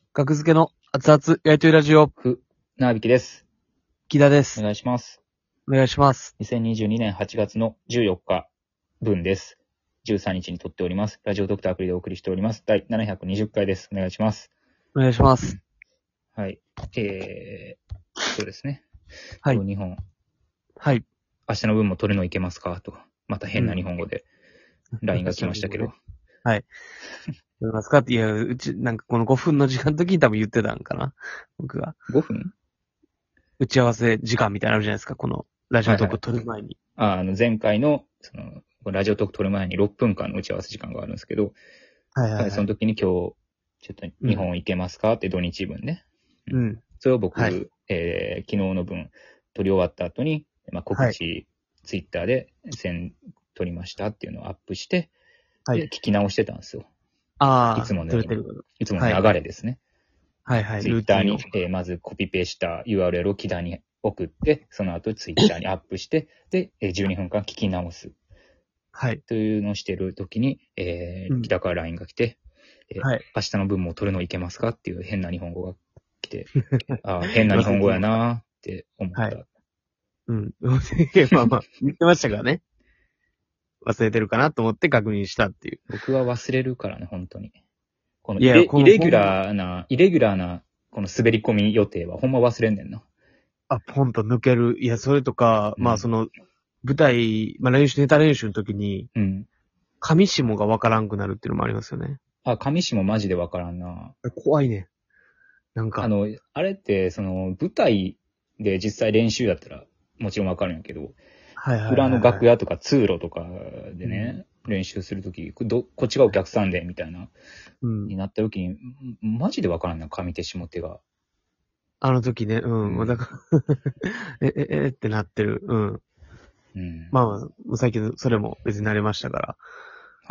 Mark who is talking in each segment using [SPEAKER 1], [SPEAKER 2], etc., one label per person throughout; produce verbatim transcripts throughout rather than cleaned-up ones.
[SPEAKER 1] 格付けの熱々やりとりラジオ、
[SPEAKER 2] ふ、なびきです。
[SPEAKER 1] 木田です。
[SPEAKER 2] お願いします。
[SPEAKER 1] お願いします。
[SPEAKER 2] にせんにじゅうにねんはちがつのじゅうよっか分です。じゅうさんにちに撮っております。ラジオドクターアプリでお送りしております。だいななひゃくにじゅっかいです。お願いします。
[SPEAKER 1] お願いします。
[SPEAKER 2] はい。えー、そうですね。
[SPEAKER 1] はい。
[SPEAKER 2] 今日日本、
[SPEAKER 1] はい。
[SPEAKER 2] 明日の分も撮るのいけますかと、また変な日本語で ライン が来ましたけど。
[SPEAKER 1] はい。どうますかって、いや、うち、なんかこのごふんの時間の時に多分言ってたんかな僕が。
[SPEAKER 2] ごふん
[SPEAKER 1] 打ち合わせ時間みたいなのあるじゃないですか、このラジオトーク撮る前に。
[SPEAKER 2] はいはい、ああの、前回の、その、ラジオトーク撮る前にろっぷんかんの打ち合わせ時間があるんですけど、
[SPEAKER 1] はいはい、はい。
[SPEAKER 2] その時に今日、ちょっと日本行けますか、うん、って土日分ね。
[SPEAKER 1] うん。
[SPEAKER 2] それを僕、はい、えー、昨日の分撮り終わった後に、まあ、告知、はい、ツイッターで線撮りましたっていうのをアップして、はい、で聞き直してたんですよ。
[SPEAKER 1] ああ。
[SPEAKER 2] いつものように。いつも
[SPEAKER 1] の
[SPEAKER 2] 流れですね。
[SPEAKER 1] はいはい。
[SPEAKER 2] ツイッターに、えー、まずコピペした ユーアールエル を木田に送って、その後ツイッターにアップして、で、じゅうにふんかん聞き直す。
[SPEAKER 1] はい。
[SPEAKER 2] というのをしてるときに、えー、木田から ライン が来て、えーはい、明日の分も取るのいけますかっていう変な日本語が来て、あ変な日本語やなーって思った。はい、
[SPEAKER 1] うん。まあまあ、言ってましたからね。忘れてるかなと思って確認したっていう。
[SPEAKER 2] 僕は忘れるからね、本当に。このイレイレギュラーな、イレギュラーな、この滑り込み予定はほんま忘れんねんな。
[SPEAKER 1] あ、ポンと抜ける。いや、それとか、うん、まあその、舞台、まあ練習、ネタ練習の時に、うん。上下がわからんくなるっていうのもありますよね。
[SPEAKER 2] あ、上下マジでわからんな。
[SPEAKER 1] 怖いね。なんか。
[SPEAKER 2] あの、あれって、その、舞台で実際練習だったら、もちろんわかるんやけど、はいはいはいはい、裏の楽屋とか通路とかでね、うん、練習するとき、ど、こっちがお客さんで、みたいな、うん、になったときに、マジでわからんな、上手下手が。
[SPEAKER 1] あの時ね、うん、うん、だからえ、え、え、ってなってる、うん。うん、まあ、最近それも別に慣れましたから。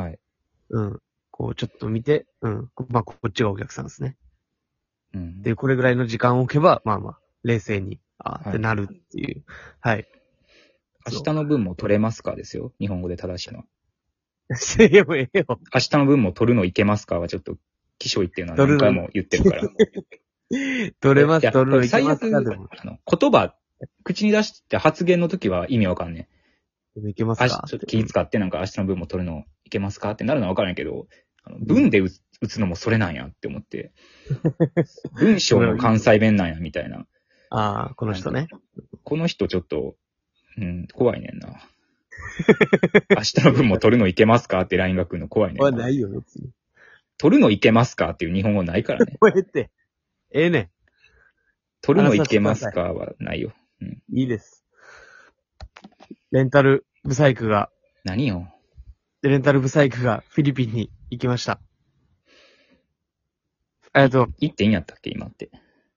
[SPEAKER 1] はい。うん。こう、ちょっと見て、うん。まあ、こっちがお客さんですね。うん。で、これぐらいの時間を置けば、まあまあ、冷静に、ああ、ってなるっていう。はい。はい、
[SPEAKER 2] 明日の分も取れますかですよ。日本語で正しいのは。
[SPEAKER 1] ええよ、ええよ。
[SPEAKER 2] 明日の分も取るのいけますかはちょっと、気象いっていうのは何回も言ってるから。
[SPEAKER 1] 取れます、取るのいけ
[SPEAKER 2] 最
[SPEAKER 1] ますか
[SPEAKER 2] 悪、あの、言葉、口に出して発言の時は意味わかんね
[SPEAKER 1] え。いけますか
[SPEAKER 2] ちょっと気使ってなんか明日の分も取るのいけますかってなるのはわからんけど、あの文で打つ、打つのもそれなんやって思って。文章の関西弁なんやみたいな。
[SPEAKER 1] ああ、この人ね。
[SPEAKER 2] この人ちょっと、うん、怖いねんな。明日の分も取るのいけますかって ライン が来るの怖いねんな。
[SPEAKER 1] ないよ、別に。
[SPEAKER 2] 取るのいけますかっていう日本語ないからね。
[SPEAKER 1] これって。ええねん。
[SPEAKER 2] 取るのいけますかはないよ。
[SPEAKER 1] うん。いいです。レンタルブサイクが。
[SPEAKER 2] 何よ。
[SPEAKER 1] レンタルブサイクがフィリピンに行きました。ありがとう。
[SPEAKER 2] 行っていいんやったっけ今って。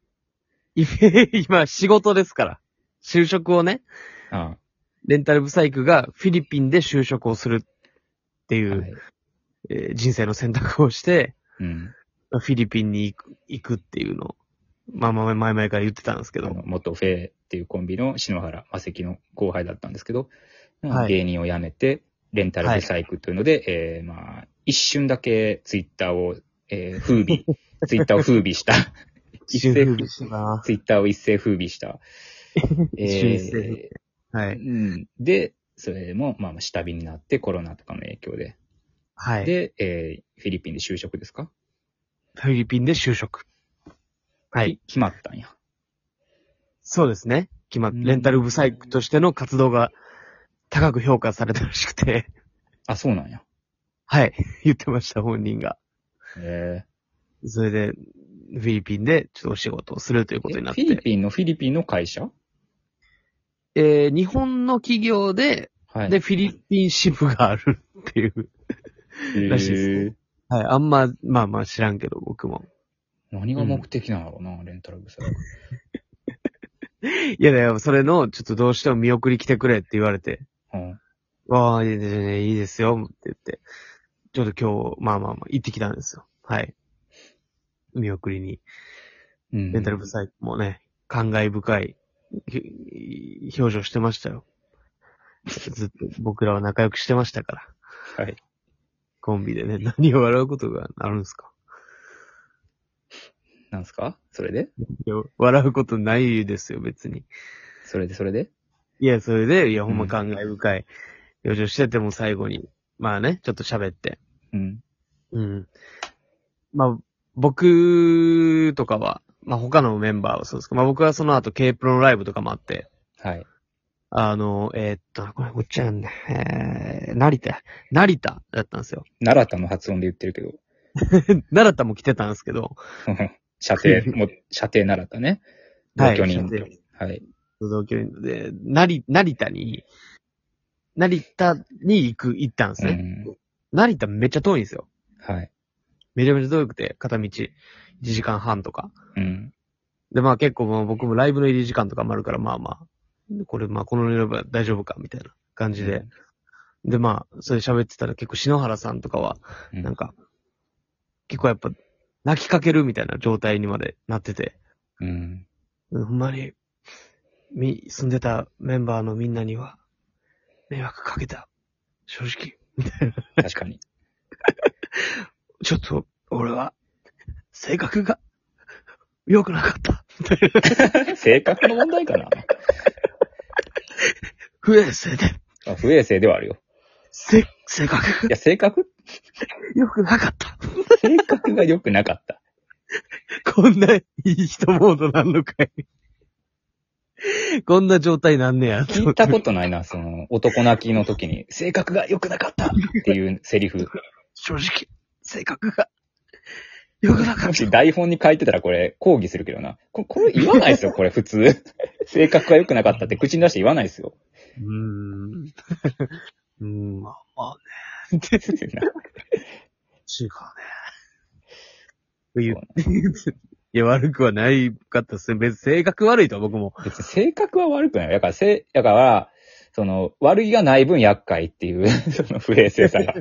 [SPEAKER 1] 今、仕事ですから。就職をね。ああ。レンタルブサイクがフィリピンで就職をするっていう、はい、えー、人生の選択をして、うん、フィリピンに行く、行くっていうのを、まあまあ前々から言ってたんですけど。あの
[SPEAKER 2] 元フェーっていうコンビの篠原正樹の後輩だったんですけど、はい、芸人を辞めて、レンタルブサイクというので、はい、えー、まあ、一瞬だけツイッターを、えー、風靡、ツイッターを風靡した。
[SPEAKER 1] 一斉風靡したな。
[SPEAKER 2] ツイッターを一斉風靡した。
[SPEAKER 1] えー、はい、
[SPEAKER 2] うん。で、それも、まあ、下火になってコロナとかの影響で。はい。で、えー、フィリピンで就職ですか？
[SPEAKER 1] フィリピンで就職。
[SPEAKER 2] はい。決まったんや。
[SPEAKER 1] そうですね。決まっ、レンタルブサイクとしての活動が高く評価されたらしくて。
[SPEAKER 2] あ、そうなんや。
[SPEAKER 1] はい。言ってました、本人が。
[SPEAKER 2] へ
[SPEAKER 1] え。それで、フィリピンでちょっとお仕事をするということになって。
[SPEAKER 2] フィリピンのフィリピンの会社？
[SPEAKER 1] えー、日本の企業で、はい、で、フィリピン支部があるっていう、らしいですね。はい。あんま、まあまあ知らんけど、僕も。
[SPEAKER 2] 何が目的なのかな、うん、レンタルブサイク。
[SPEAKER 1] いやだよ、それの、ちょっとどうしても見送り来てくれって言われて。うん。ああ、いいですね、いいですよ、って言って。ちょっと今日、まあまあまあ、行ってきたんですよ。はい。見送りに。うん。レンタルブサイクもね、感慨深い表情してましたよ。ずっと僕らは仲良くしてましたから。はい。コンビでね、何を笑うことがあるんですか？
[SPEAKER 2] なんすかそれで
[SPEAKER 1] いや、笑うことないですよ、別に。
[SPEAKER 2] それで、それで
[SPEAKER 1] いや、それで、いや、ほんま感慨深い。余剰してても最後に、まあね、ちょっと喋って。
[SPEAKER 2] うん。
[SPEAKER 1] うん。まあ、僕とかは、まあ他のメンバーはそうですけど、まあ僕はその後 K プロのライブとかもあって、
[SPEAKER 2] はい。
[SPEAKER 1] あの、えー、っと、これ、こっちなんだ、えー、成田、成田だったんですよ。
[SPEAKER 2] 奈良田の発音で言ってるけど。
[SPEAKER 1] 奈良田も来てたんですけど。
[SPEAKER 2] 射程、も、射程奈良田ね。同居人。はい。はい、
[SPEAKER 1] 同居人で、成、成田に、成田に行く、行ったんですね。うん、成田めっちゃ遠いんですよ。
[SPEAKER 2] はい。
[SPEAKER 1] めちゃめちゃ遠くて、片道いちじかんはんとか。
[SPEAKER 2] うん。
[SPEAKER 1] で、まあ結構まあ僕もライブの入り時間とかもあるから、まあまあ、これまあこのレベル大丈夫かみたいな感じで。うん、で、まあ、それ喋ってたら結構篠原さんとかは、なんか、うん、結構やっぱ、泣きかけるみたいな状態にまでなってて。
[SPEAKER 2] うん。
[SPEAKER 1] ほんまに、み、住んでたメンバーのみんなには、迷惑かけた。正直。みたいな。
[SPEAKER 2] 確かに。
[SPEAKER 1] ちょっと、俺は、性格が、良くなかった。
[SPEAKER 2] 性格の問題かな
[SPEAKER 1] 不衛生で。
[SPEAKER 2] あ、不衛生ではあるよ。
[SPEAKER 1] せ、性格が。
[SPEAKER 2] いや、性格
[SPEAKER 1] 良くなかった。
[SPEAKER 2] 性格が良くなかった。
[SPEAKER 1] こんないい人モードなんのかい。こんな状態なんねや。
[SPEAKER 2] 聞いたことないな、その、男泣きの時に、性格が良くなかったっていうセリフ。
[SPEAKER 1] 正直、性格が良くなかった。
[SPEAKER 2] もし台本に書いてたらこれ、抗議するけどな。ここれ言わないですよ、これ普通。性格が良くなかったって口に出して言わないですよ。
[SPEAKER 1] うーん。うーん、まあまあね。違うね。いや、悪くはないかったっすね。別に性格悪いとは僕も。
[SPEAKER 2] 別に性格は悪くない。だから、せ、だから、その、悪気がない分厄介っていう、その不衛生さが。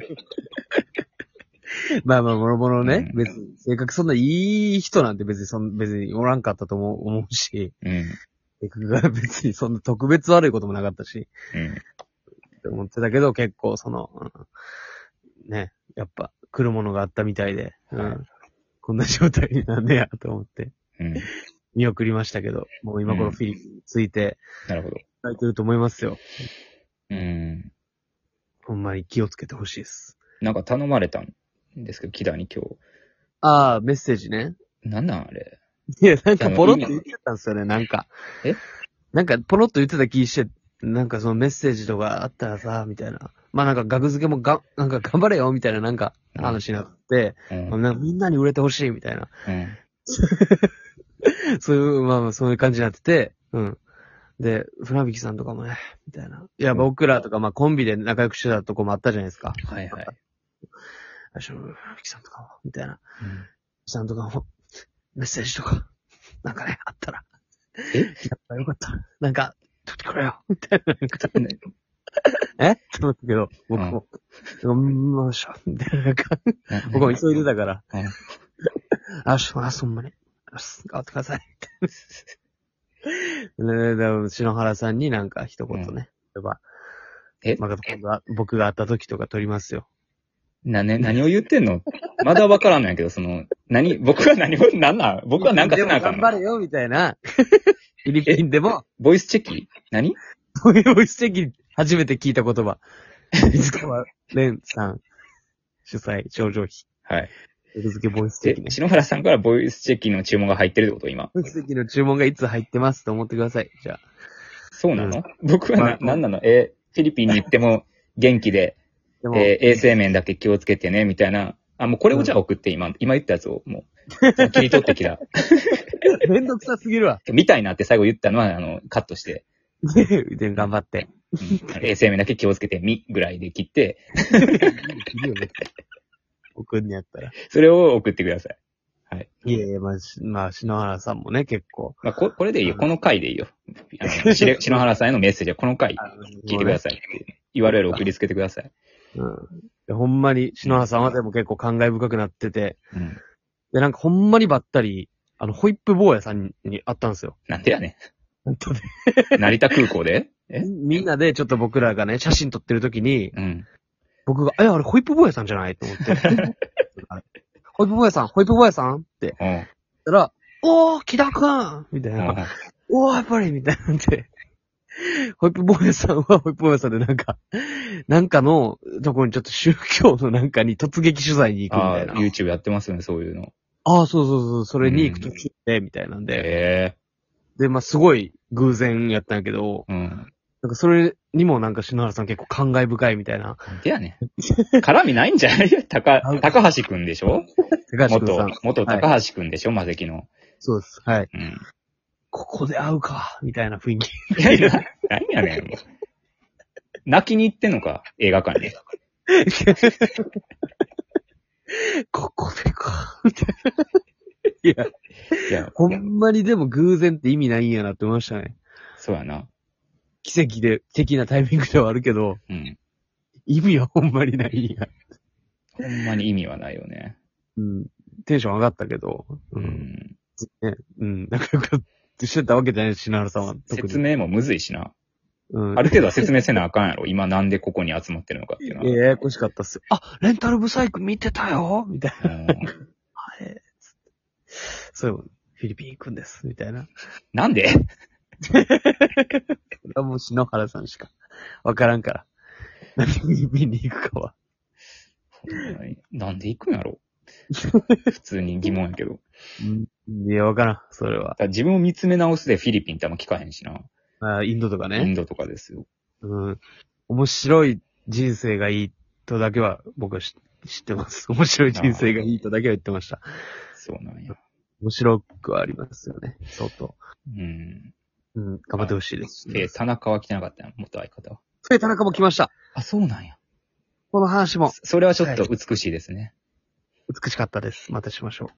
[SPEAKER 1] まあまあ、もろもろね、うん、別に、性格そんないい人なんて別にそん、別におらんかったと思う、思うし、うん。性格が別にそんな特別悪いこともなかったし、うん。って思ってたけど、結構その、うん、ね、やっぱ来るものがあったみたいで、うん。はい、こんな状態になんねやと思って、うん。見送りましたけど、もう今頃フィリピンについて、
[SPEAKER 2] なるほど。
[SPEAKER 1] 書いてると思いますよ。
[SPEAKER 2] うん。
[SPEAKER 1] ほんまに気をつけてほしいです。
[SPEAKER 2] なんか頼まれたんですけど、木田に今日。
[SPEAKER 1] ああ、メッセージね。
[SPEAKER 2] なんなんあれ。
[SPEAKER 1] いや、なんかポロッと言ってたんですよね、なんか。えなんかポロッと言ってた気して、なんかそのメッセージとかあったらさ、みたいな。まあなんか額付けもが、なんか頑張れよ、みたいななんか話になって、うん、なんかみんなに売れてほしい、みたいな。うん、そういう、まあまあそういう感じになってて、うん。で、船引さんとかもね、みたいな。いや、僕らとかまあコンビで仲良くしてたとこもあったじゃないですか。
[SPEAKER 2] はいはい。
[SPEAKER 1] 船引さんとかも、みたいな。うん。さんとかも、メッセージとか、なんかね、あったら。えやっぱよかった。なんか、撮ってくれよ。みたいな。えって思ったけど、僕も、うん、よっしゃ。みたいな。なんか、僕も急いでたから。うん、あ、しょ、あ、そんまに。頑張ってください。ね、で、篠原さんになんか一言ね。うん、例えば、えまあ、今度は僕が会った時とか撮りますよ。
[SPEAKER 2] な、ね、何を言ってんのまだわからんのやけど、その、何、僕は何を、なんなん僕はなんかせなあかんの
[SPEAKER 1] 頑張れよ、みたいな。フィリピンでも。
[SPEAKER 2] ボイスチェキ何
[SPEAKER 1] ボイスチェキ、初めて聞いた言葉。水川蓮さん、主催、頂上費。
[SPEAKER 2] はい。
[SPEAKER 1] 奥付けボイスチェキね。
[SPEAKER 2] 篠原さんからボイスチェキの注文が入ってるってこと今。
[SPEAKER 1] ボイスチェキの注文がいつ入ってますと思ってください。じゃあ。
[SPEAKER 2] そうなの、うん、僕はな、まあ、なんなのえー、フィリピンに行っても元気で、えー、衛生面だけ気をつけてね、みたいな。あ、もうこれをじゃあ送って、今、うん、今言ったやつを、もう、切り取ってきた。
[SPEAKER 1] めんどくさすぎるわ。
[SPEAKER 2] みたいなって最後言ったのは、あの、カットして。
[SPEAKER 1] で、頑張って、
[SPEAKER 2] うん。衛生面だけ気をつけて、み、ぐらいで切って。
[SPEAKER 1] 送んねやったら。
[SPEAKER 2] それを送ってください。はい。
[SPEAKER 1] いやいや、まあ、まあ、篠原さんもね、結構。
[SPEAKER 2] まあ、こ、これでいいよ。この回でいいよ。あの、篠原さんへのメッセージはこの回、聞いてくださいって。ユーアールエル 送りつけてください。
[SPEAKER 1] うん。ほんまに、篠原さんはでも結構感慨深くなってて、うん。で、なんかほんまにばったり、あの、ホイップ坊やさんに会ったんですよ。
[SPEAKER 2] なんでやね
[SPEAKER 1] ん。本当で。
[SPEAKER 2] 成田空港で
[SPEAKER 1] えみんなでちょっと僕らがね、写真撮ってる時に、うん。僕が、え、あれホイップ坊やさんじゃないと思って。ホイップ坊やさん、ホイップ坊やさんって。うん。たら、 おー、木田くんみたいな。おー、やっぱりみたいなんで。ホイップ坊やさんはホイップ坊やさんでなんか、なんかのところにちょっと宗教のなんかに突撃取材に行くみたいな。
[SPEAKER 2] ああ、YouTube やってますよね、そういうの。
[SPEAKER 1] ああ、そうそうそう、それに行くときで、みたいなんで。
[SPEAKER 2] へえ。
[SPEAKER 1] で、まあ、すごい偶然やったんやけど、うん。なんかそれにもなんか篠原さん結構感慨深いみたいな。
[SPEAKER 2] なんでやねん。絡みないんじゃない高、高橋くんでしょ
[SPEAKER 1] 高橋くんさん。
[SPEAKER 2] 元、元高橋くんでしょ、マセキの。
[SPEAKER 1] そうです。はい。
[SPEAKER 2] うん。
[SPEAKER 1] ここで会うか、みたいな雰囲気。
[SPEAKER 2] いやいや、何やねん。泣きに行ってんのか、映画館に。
[SPEAKER 1] ここでか、みたいな。いや、いや、ほんまにでも偶然って意味ないんやなって思いましたね。
[SPEAKER 2] そうやな。
[SPEAKER 1] 奇跡で、的なタイミングではあるけど、うん。意味はほんまにないんや。
[SPEAKER 2] ほんまに意味はないよね。
[SPEAKER 1] うん。テンション上がったけど、うん。うん、ね、うん。仲良くしてたわけじゃないし、篠原さんは。
[SPEAKER 2] 説明もむずいしな。うん。ある程度は説明せなあかんやろ。今なんでここに集まってるのかっていうのは。
[SPEAKER 1] ややこしかったっすよ。あ、レンタルブサイク見てたよみたいな。はい。そう、フィリピン行くんです。みたいな。
[SPEAKER 2] なんで
[SPEAKER 1] それはもう篠原さんしかわからんから。なんでフィリピンに行くかは。
[SPEAKER 2] なんで行くんやろ普通に疑問やけど。
[SPEAKER 1] いや、わからん、それは。
[SPEAKER 2] 自分を見つめ直すでフィリピンってあんま聞かへんしな。
[SPEAKER 1] あ、インドとかね。
[SPEAKER 2] インドとかですよ。
[SPEAKER 1] うん。面白い人生がいいとだけは僕は知ってます。面白い人生がいいとだけは言ってました。
[SPEAKER 2] そうなんや。
[SPEAKER 1] 面白くはありますよね、相当。
[SPEAKER 2] うん。
[SPEAKER 1] うん、頑張ってほしいです、
[SPEAKER 2] ね。え、田中は来てなかったよ、元相方は。
[SPEAKER 1] え、田中も来ました。
[SPEAKER 2] あ、そうなんや。
[SPEAKER 1] この話も。
[SPEAKER 2] それはちょっと美しいですね。
[SPEAKER 1] はい、美しかったです。またしましょう。